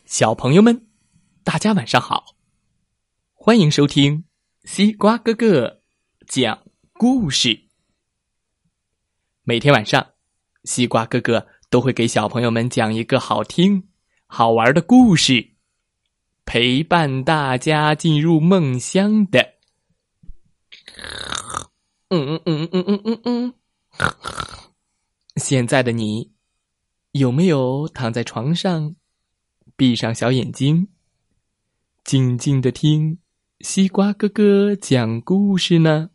小朋友们，大家晚上好！欢迎收听西瓜哥哥讲故事。每天晚上，西瓜哥哥都会给小朋友们讲一个好听、好玩的故事，陪伴大家进入梦乡的。现在的你，有没有躺在床上，闭上小眼睛，静静地听西瓜哥哥讲故事呢？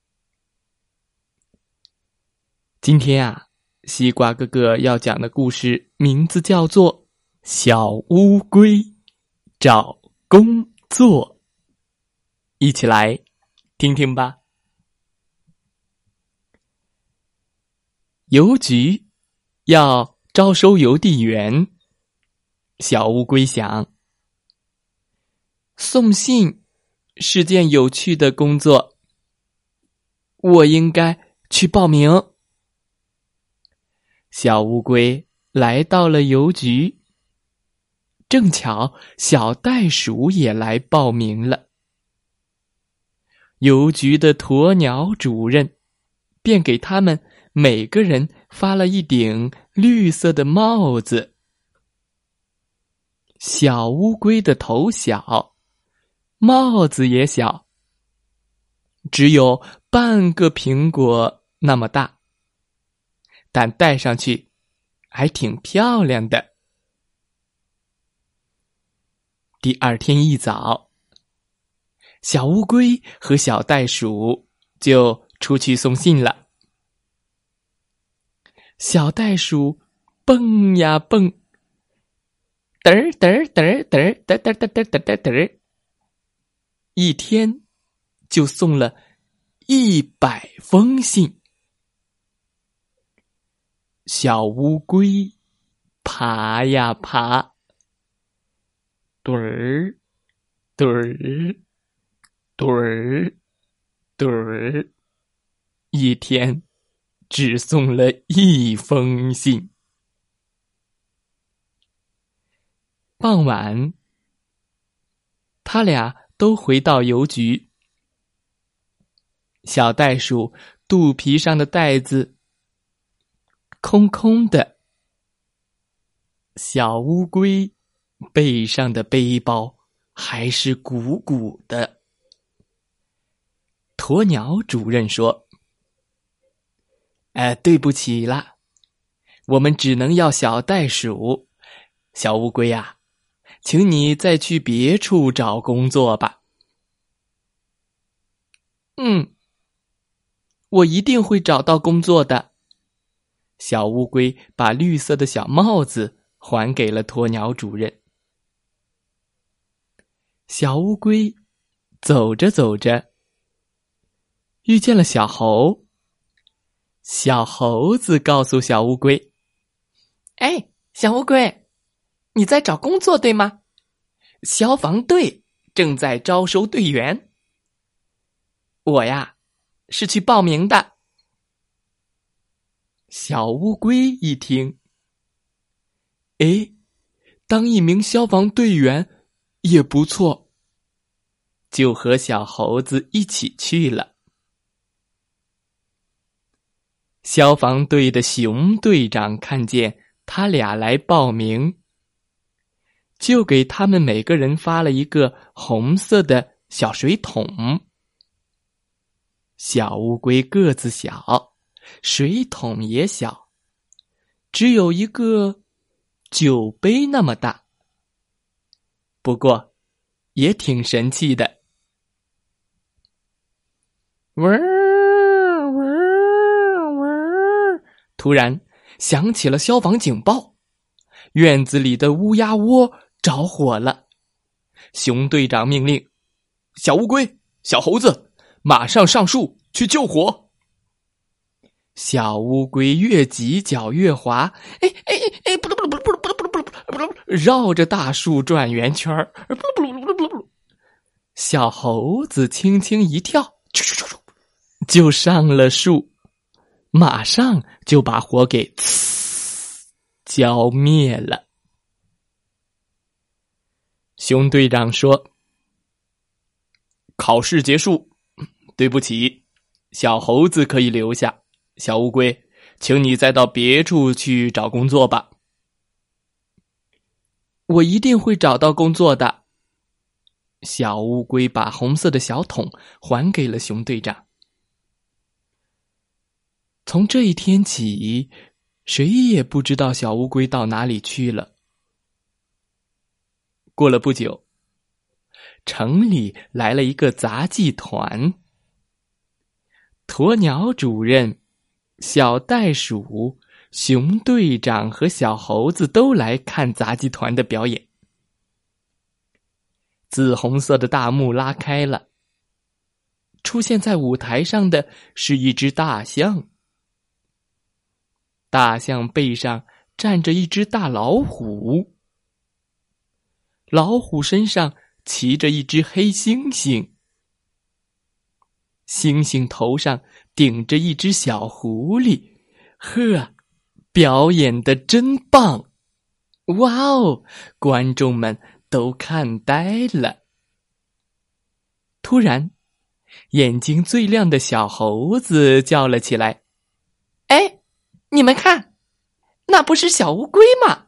今天啊，西瓜哥哥要讲的故事名字叫做《小乌龟找工作》，一起来听听吧。邮局要招收邮递员，小乌龟想，送信是件有趣的工作，我应该去报名。小乌龟来到了邮局，正巧小袋鼠也来报名了。邮局的鸵鸟主任便给他们每个人发了一顶绿色的帽子。小乌龟的头小，帽子也小，只有半个苹果那么大，但戴上去还挺漂亮的。第二天一早，小乌龟和小袋鼠就出去送信了。小袋鼠蹦呀蹦，嘚儿嘚儿嘚儿嘚儿嘚嘚嘚嘚嘚嘚嘚，一天就送了100封信。小乌龟爬呀爬，墩儿墩儿墩儿墩儿，一天只送了1封信。傍晚，他俩都回到邮局。小袋鼠肚皮上的袋子空空的，小乌龟背上的背包还是鼓鼓的。鸵鸟主任说：对不起啦，我们只能要小袋鼠。小乌龟啊，请你再去别处找工作吧。我一定会找到工作的。小乌龟把绿色的小帽子还给了鸵鸟主任。小乌龟走着走着，遇见了小猴。小猴子告诉小乌龟：小乌龟，你在找工作对吗？消防队正在招收队员。我呀，是去报名的。小乌龟一听，当一名消防队员也不错，就和小猴子一起去了。消防队的熊队长看见他俩来报名，就给他们每个人发了一个红色的小水桶。小乌龟个子小，水桶也小，只有一个酒杯那么大，不过也挺神气的。突然响起了消防警报，院子里的乌鸦窝着火了。熊队长命令：小乌龟、小猴子，马上上树去救火。小乌龟越急脚越滑，绕着大树转圆圈儿。小猴子轻轻一跳，就上了树，马上就把火给浇灭了。 熊队长说：“考试结束，对不起，小猴子可以留下，小乌龟，请你再到别处去找工作吧。”我一定会找到工作的。小乌龟把红色的小桶还给了熊队长。从这一天起，谁也不知道小乌龟到哪里去了。过了不久，城里来了一个杂技团，鸵鸟主任、小袋鼠、熊队长和小猴子都来看杂技团的表演。紫红色的大幕拉开了，出现在舞台上的是一只大象。大象背上站着一只大老虎，老虎身上骑着一只黑猩猩，猩猩头上顶着一只小狐狸。呵，表演得真棒！哇哦，观众们都看呆了。突然，眼睛最亮的小猴子叫了起来：“哎，你们看，那不是小乌龟吗？”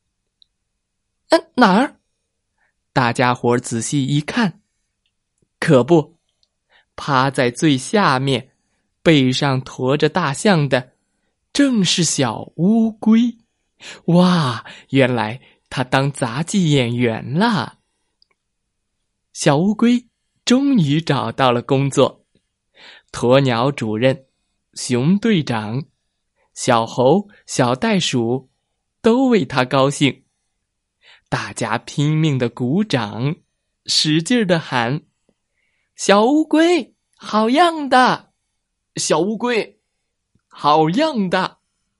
哪儿？大家伙仔细一看，可不，趴在最下面，背上驮着大象的，正是小乌龟。哇，原来他当杂技演员了。小乌龟终于找到了工作，鸵鸟主任、熊队长、小猴、小袋鼠都为他高兴。大家拼命地鼓掌，使劲地喊：“小乌龟，好样的！小乌龟，好样的！”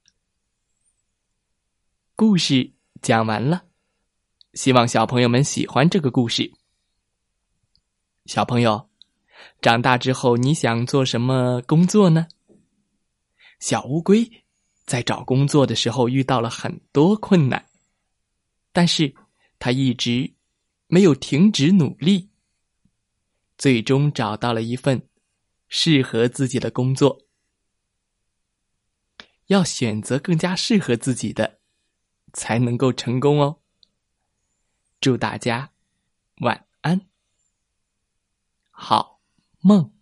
故事讲完了，希望小朋友们喜欢这个故事。小朋友，长大之后你想做什么工作呢？小乌龟在找工作的时候遇到了很多困难，但是他一直没有停止努力，最终找到了一份适合自己的工作。要选择更加适合自己的，才能够成功哦。祝大家晚安，好梦。